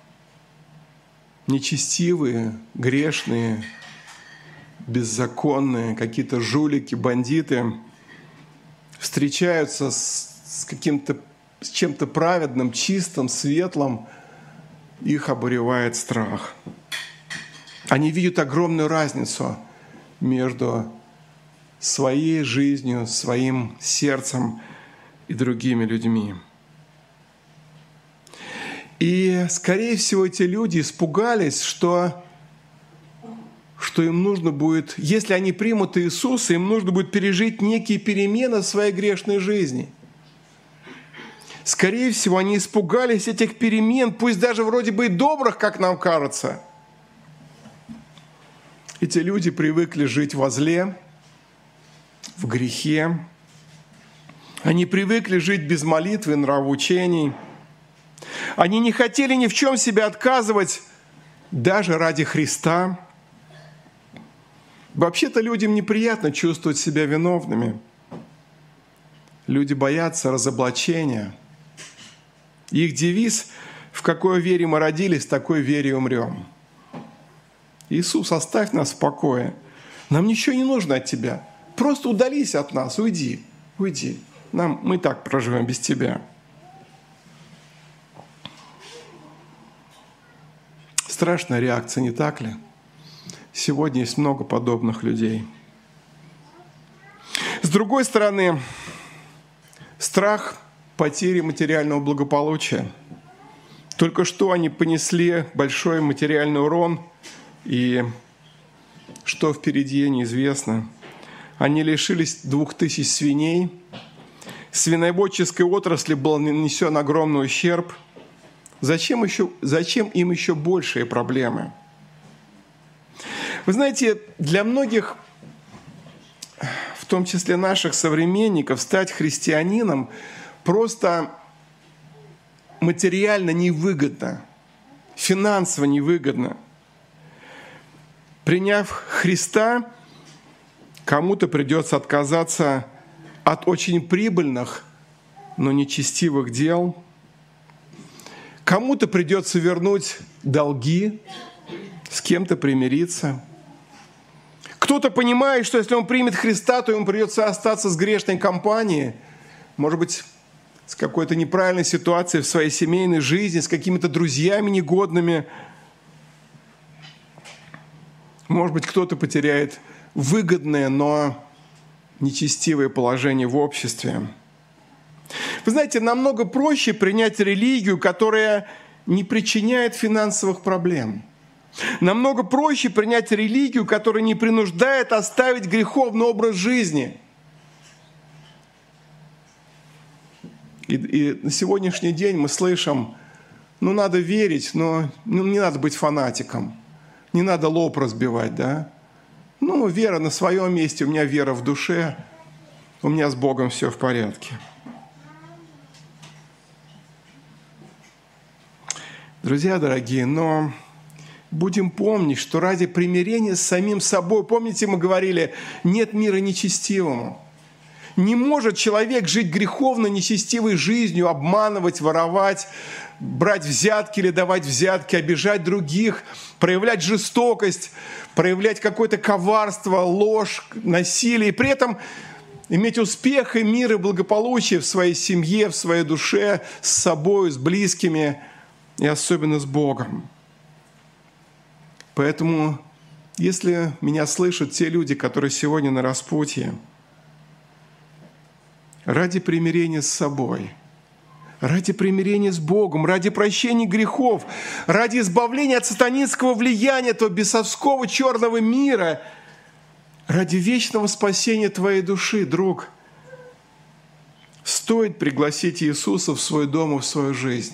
нечестивые, грешные, беззаконные, какие-то жулики, бандиты встречаются с, с каким-то, с чем-то праведным, чистым, светлым, их обуревает страх. Они видят огромную разницу между своей жизнью, своим сердцем и другими людьми. И, скорее всего, эти люди испугались, что, что им нужно будет, если они примут Иисуса, им нужно будет пережить некие перемены в своей грешной жизни. Скорее всего, они испугались этих перемен, пусть даже вроде бы и добрых, как нам кажется. Эти люди привыкли жить во зле, в грехе. Они привыкли жить без молитвы и нравоучений. Они не хотели ни в чем себе отказывать, даже ради Христа. Вообще-то людям неприятно чувствовать себя виновными. Люди боятся разоблачения. Их девиз: «В какой вере мы родились, в такой вере умрем». Иисус, оставь нас в покое. Нам ничего не нужно от Тебя. Просто удались от нас, уйди, уйди. Нам, мы так проживем без Тебя. Страшная реакция, не так ли? Сегодня есть много подобных людей. С другой стороны, страх потери материального благополучия. Только что они понесли большой материальный урон, и что впереди, неизвестно. Они лишились двух тысяч свиней. Свиноводческой отрасли был нанесен огромный ущерб. Зачем, еще, зачем им еще большие проблемы? Вы знаете, для многих, в том числе наших современников, стать христианином просто материально невыгодно, финансово невыгодно. Приняв Христа, кому-то придется отказаться от очень прибыльных, но нечестивых дел. Кому-то придется вернуть долги, с кем-то примириться. Кто-то понимает, что если он примет Христа, то ему придется остаться с грешной компанией, может быть, с какой-то неправильной ситуацией в своей семейной жизни, с какими-то друзьями негодными. Может быть, кто-то потеряет выгодное, но нечестивое положение в обществе. Вы знаете, намного проще принять религию, которая не причиняет финансовых проблем. Намного проще принять религию, которая не принуждает оставить греховный образ жизни. И, и на сегодняшний день мы слышим, ну надо верить, но ну, не надо быть фанатиком, не надо лоб разбивать, да? Ну, вера на своем месте, у меня вера в душе, у меня с Богом все в порядке. Друзья дорогие, но будем помнить, что ради примирения с самим собой, помните, мы говорили, нет мира нечестивому. Не может человек жить греховно, нечестивой жизнью, обманывать, воровать, брать взятки или давать взятки, обижать других, проявлять жестокость, проявлять какое-то коварство, ложь, насилие, и при этом иметь успех и мир и благополучие в своей семье, в своей душе, с собой, с близкими и особенно с Богом. Поэтому, если меня слышат те люди, которые сегодня на распутье, ради примирения с собой, ради примирения с Богом, ради прощения грехов, ради избавления от сатанинского влияния, этого бесовского черного мира, ради вечного спасения твоей души, друг, стоит пригласить Иисуса в свой дом и в свою жизнь.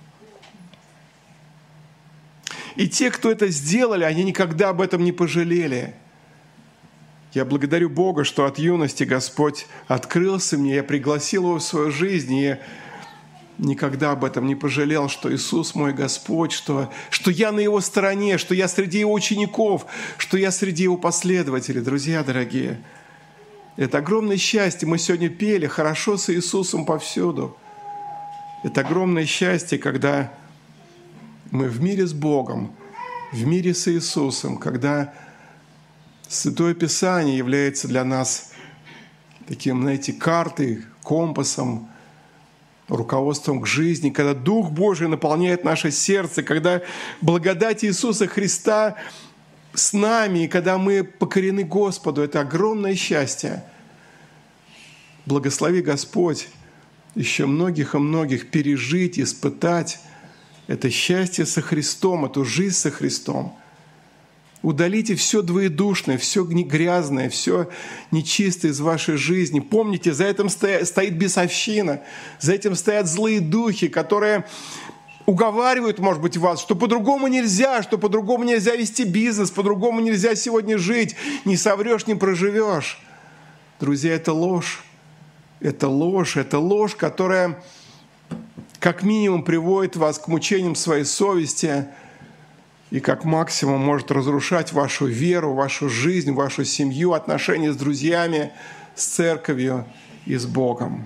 И те, кто это сделали, они никогда об этом не пожалели. Я благодарю Бога, что от юности Господь открылся мне, я пригласил Его в свою жизнь, и никогда об этом не пожалел, что Иисус мой Господь, что, что я на Его стороне, что я среди Его учеников, что я среди Его последователей. Друзья дорогие, это огромное счастье. Мы сегодня пели «Хорошо с Иисусом повсюду». Это огромное счастье, когда мы в мире с Богом, в мире с Иисусом, когда Святое Писание является для нас таким, знаете, картой, компасом, руководством к жизни, когда Дух Божий наполняет наше сердце, когда благодать Иисуса Христа с нами, и когда мы покорены Господу. Это огромное счастье. Благослови Господь еще многих и многих пережить, испытать это счастье со Христом, эту жизнь со Христом. Удалите все двоедушное, все грязное, все нечистое из вашей жизни. Помните, за этим стоит бесовщина, за этим стоят злые духи, которые уговаривают, может быть, вас, что по-другому нельзя, что по-другому нельзя вести бизнес, по-другому нельзя сегодня жить, не соврешь, не проживешь. Друзья, это ложь. Это ложь, это ложь, которая как минимум приводит вас к мучениям своей совести и как максимум может разрушать вашу веру, вашу жизнь, вашу семью, отношения с друзьями, с церковью и с Богом.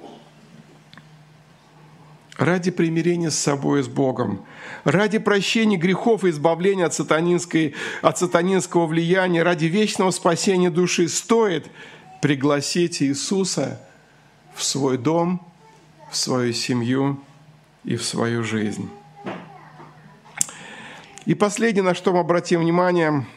Ради примирения с собой и с Богом, ради прощения грехов и избавления от, сатанинской, от сатанинского влияния, ради вечного спасения души стоит пригласить Иисуса в свой дом, в свою семью и в свою жизнь. И последнее, на что мы обратим внимание,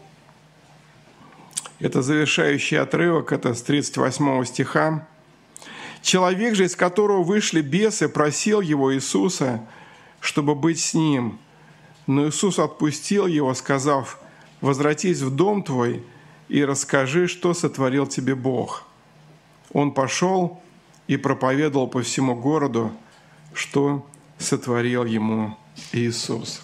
это завершающий отрывок, это с тридцать восьмого стиха. «Человек же, из которого вышли бесы, просил его, Иисуса, чтобы быть с ним. Но Иисус отпустил его, сказав: возвратись в дом твой и расскажи, что сотворил тебе Бог». Он пошел и проповедовал по всему городу, что сотворил ему Иисус.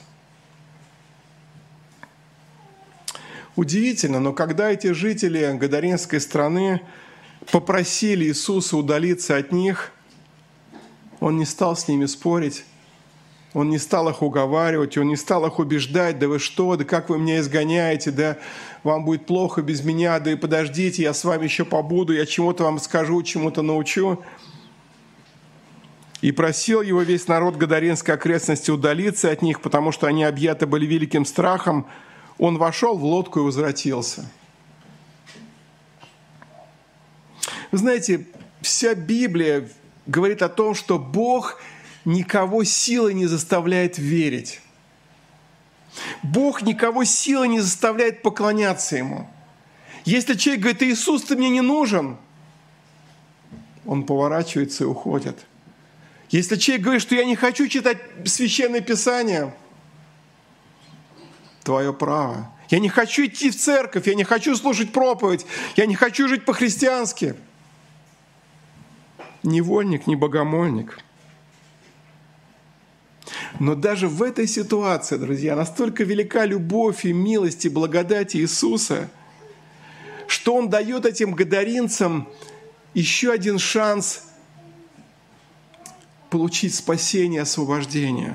Удивительно, но когда эти жители Гадаринской страны попросили Иисуса удалиться от них, Он не стал с ними спорить, Он не стал их уговаривать, Он не стал их убеждать: «Да вы что, да как вы меня изгоняете, да вам будет плохо без меня, да и подождите, я с вами еще побуду, я чему-то вам скажу, чему-то научу». И просил его весь народ Гадаринской окрестности удалиться от них, потому что они объяты были великим страхом. Он вошел в лодку и возвратился. Вы знаете, вся Библия говорит о том, что Бог никого силой не заставляет верить. Бог никого силой не заставляет поклоняться Ему. Если человек говорит: «Иисус, ты мне не нужен», он поворачивается и уходит. Если человек говорит, что «я не хочу читать Священное Писание», твое право. Я не хочу идти в церковь, я не хочу слушать проповедь, я не хочу жить по-христиански. Ни вольник, ни богомольник. Но даже в этой ситуации, друзья, настолько велика любовь и милость и благодать Иисуса, что Он дает этим гадаринцам еще один шанс получить спасение, освобождение.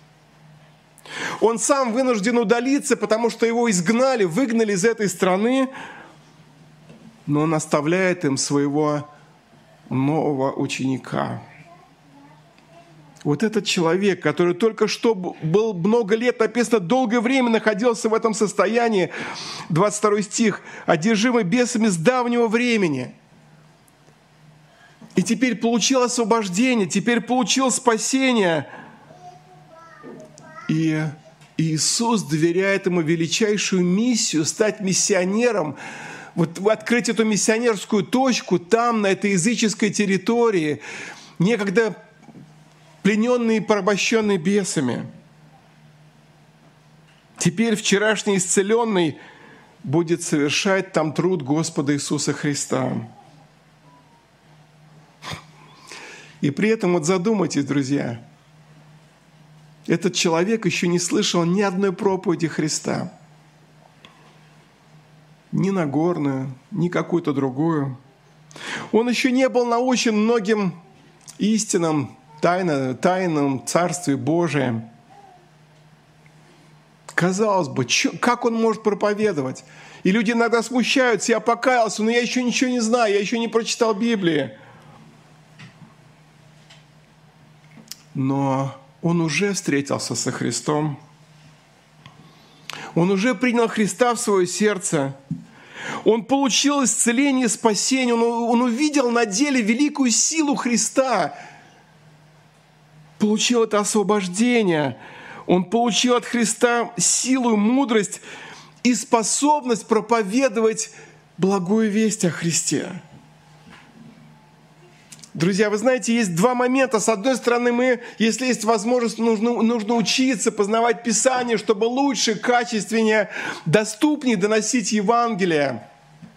Он сам вынужден удалиться, потому что его изгнали, выгнали из этой страны, но он оставляет им своего нового ученика. Вот этот человек, который только что был много лет, написано, долгое время находился в этом состоянии, двадцать второй стих, одержимый бесами с давнего времени. И теперь получил освобождение, теперь получил спасение. И Иисус доверяет ему величайшую миссию стать миссионером, вот открыть эту миссионерскую точку там, на этой языческой территории, некогда плененные и порабощенные бесами. Теперь вчерашний исцеленный будет совершать там труд Господа Иисуса Христа. И при этом вот задумайтесь, друзья, этот человек еще не слышал ни одной проповеди Христа. Ни Нагорную, ни какую-то другую. Он еще не был научен многим истинам, тайна, тайнам Царствия Божия. Казалось бы, чё, как он может проповедовать? И люди иногда смущаются: «Я покаялся, но я еще ничего не знаю, я еще не прочитал Библии». Но он уже встретился со Христом. Он уже принял Христа в свое сердце. Он получил исцеление, спасение. Он, он увидел на деле великую силу Христа. Получил это освобождение. Он получил от Христа силу, мудрость и способность проповедовать благую весть о Христе. Друзья, вы знаете, есть два момента. С одной стороны, мы, если есть возможность, нужно, нужно учиться, познавать Писание, чтобы лучше, качественнее, доступнее доносить Евангелие.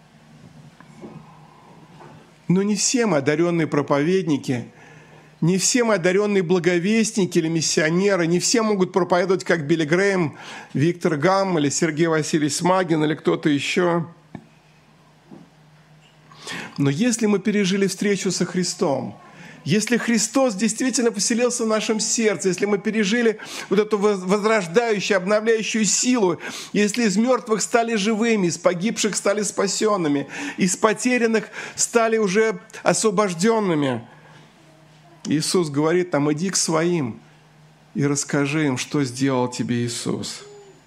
Но не все мы одаренные проповедники, не все мы одаренные благовестники или миссионеры, не все могут проповедовать, как Билли Грэм, Виктор Гамм или Сергей Васильевич Смагин или кто-то еще. Но если мы пережили встречу со Христом, если Христос действительно поселился в нашем сердце, если мы пережили вот эту возрождающую, обновляющую силу, если из мертвых стали живыми, из погибших стали спасенными, из потерянных стали уже освобожденными, Иисус говорит нам: иди к своим и расскажи им, что сделал тебе Иисус.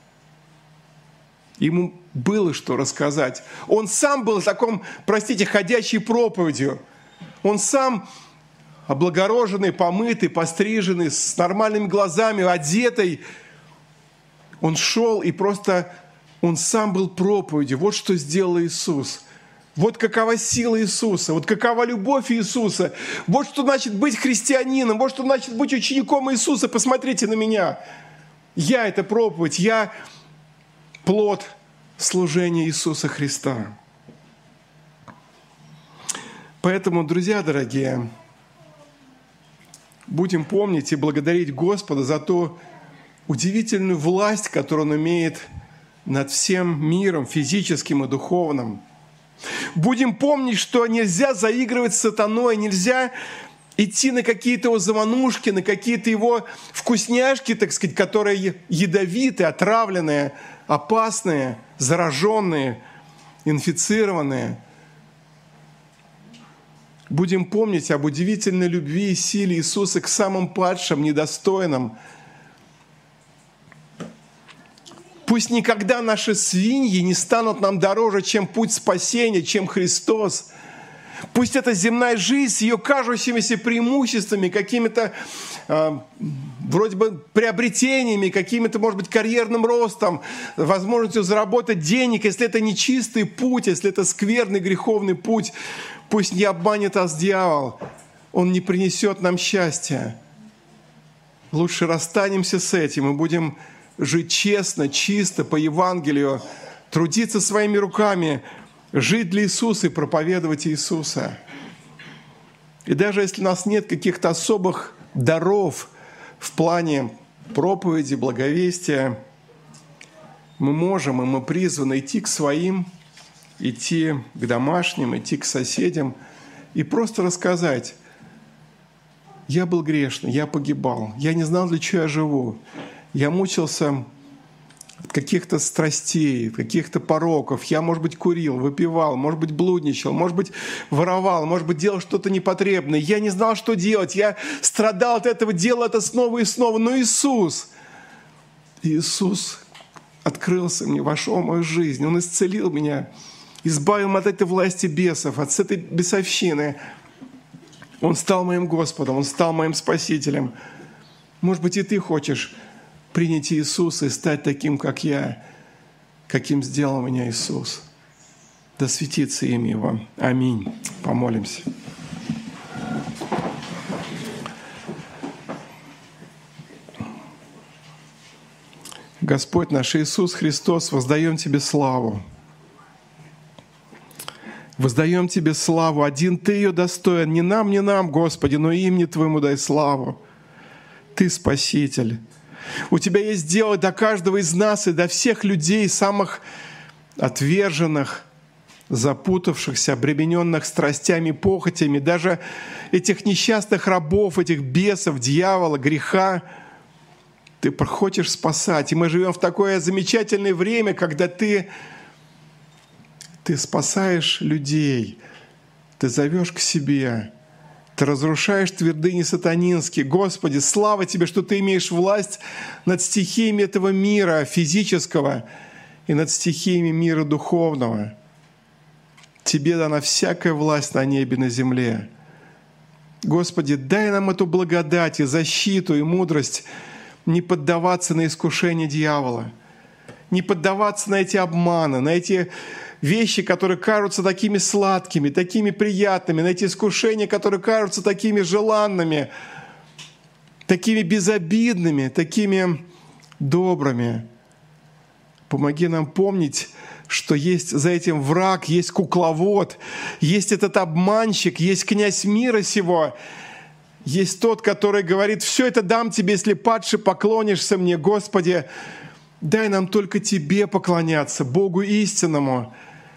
Ему было что рассказать. Он сам был таком, простите, ходячей проповедью. Он сам облагороженный, помытый, постриженный, с нормальными глазами, одетый. Он шел и просто, он сам был проповедью. Вот что сделал Иисус. Вот какова сила Иисуса, вот какова любовь Иисуса. Вот что значит быть христианином, вот что значит быть учеником Иисуса. Посмотрите на меня. Я — это проповедь, я плод служение Иисуса Христа. Поэтому, друзья дорогие, будем помнить и благодарить Господа за ту удивительную власть, которую Он имеет над всем миром, физическим и духовным. Будем помнить, что нельзя заигрывать с сатаной, нельзя идти на какие-то его заманушки, на какие-то его вкусняшки, так сказать, которые ядовитые, отравленные, опасные, зараженные, инфицированные. Будем помнить об удивительной любви и силе Иисуса к самым падшим, недостойным. Пусть никогда наши свиньи не станут нам дороже, чем путь спасения, чем Христос. Пусть эта земная жизнь с ее кажущимися преимуществами, какими-то э, вроде бы приобретениями, какими-то, может быть, карьерным ростом, возможностью заработать денег, если это не чистый путь, если это скверный греховный путь, пусть не обманет нас дьявол, он не принесет нам счастья. Лучше расстанемся с этим и будем жить честно, чисто, по Евангелию, трудиться своими руками, жить для Иисуса и проповедовать Иисуса. И даже если у нас нет каких-то особых даров в плане проповеди, благовестия, мы можем и мы призваны идти к своим, идти к домашним, идти к соседям и просто рассказать: я был грешный, я погибал, я не знал, для чего я живу, я мучился от каких-то страстей, каких-то пороков. Я, может быть, курил, выпивал, может быть, блудничал, может быть, воровал, может быть, делал что-то непотребное. Я не знал, что делать. Я страдал от этого, делал это снова и снова. Но Иисус, Иисус открылся мне, вошел в мою жизнь. Он исцелил меня, избавил меня от этой власти бесов, от этой бесовщины. Он стал моим Господом, Он стал моим Спасителем. Может быть, и ты хочешь принять Иисуса и стать таким, как я, каким сделал меня Иисус. Да светится имя Его. Аминь. Помолимся. Господь наш Иисус Христос, воздаем Тебе славу. Воздаем Тебе славу. Один Ты ее достоин. Не нам, не нам, Господи, но имени Твоему дай славу. Ты Спаситель. У Тебя есть дело до каждого из нас и до всех людей, самых отверженных, запутавшихся, обремененных страстями, похотями, даже этих несчастных рабов, этих бесов, дьявола, греха. Ты хочешь спасать. И мы живем в такое замечательное время, когда Ты, ты спасаешь людей, Ты зовешь к себе, Ты разрушаешь твердыни сатанинские. Господи, слава Тебе, что Ты имеешь власть над стихиями этого мира физического и над стихиями мира духовного. Тебе дана всякая власть на небе и на земле. Господи, дай нам эту благодать и защиту, и мудрость не поддаваться на искушение дьявола, не поддаваться на эти обманы, на эти вещи, которые кажутся такими сладкими, такими приятными, на эти искушения, которые кажутся такими желанными, такими безобидными, такими добрыми. Помоги нам помнить, что есть за этим враг, есть кукловод, есть этот обманщик, есть князь мира сего, есть тот, который говорит: «Все это дам тебе, если падше поклонишься мне». Господи, дай нам только Тебе поклоняться, Богу истинному.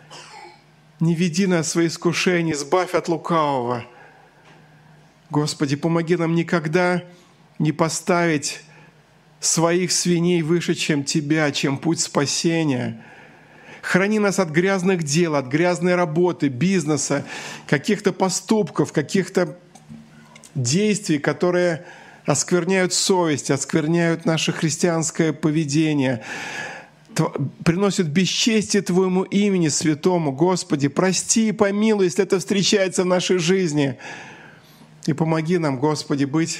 Не веди нас в свои искушения, избавь от лукавого. Господи, помоги нам никогда не поставить своих свиней выше, чем Тебя, чем путь спасения. Храни нас от грязных дел, от грязной работы, бизнеса, каких-то поступков, каких-то действий, которые оскверняют совесть, оскверняют наше христианское поведение, приносят бесчестие Твоему имени святому. Господи, прости и помилуй, если это встречается в нашей жизни. И помоги нам, Господи, быть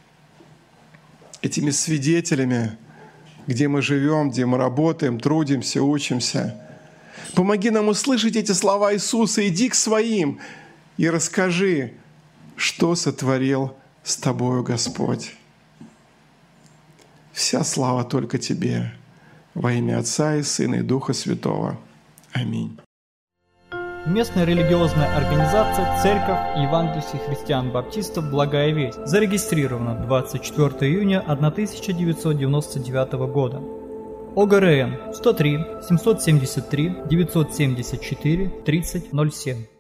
этими свидетелями, где мы живем, где мы работаем, трудимся, учимся. Помоги нам услышать эти слова Иисуса: «Иди к своим и расскажи, что сотворил с Тобою Господь». Вся слава только Тебе. Во имя Отца и Сына и Духа Святого. Аминь. Местная религиозная организация «Церковь евангельских христиан-баптистов Благая Весть» зарегистрирована двадцать четвёртого июня тысяча девятьсот девяносто девятого года. ОГРН сто три семьсот семьдесят три девятьсот семьдесят четыре тридцать ноль семь.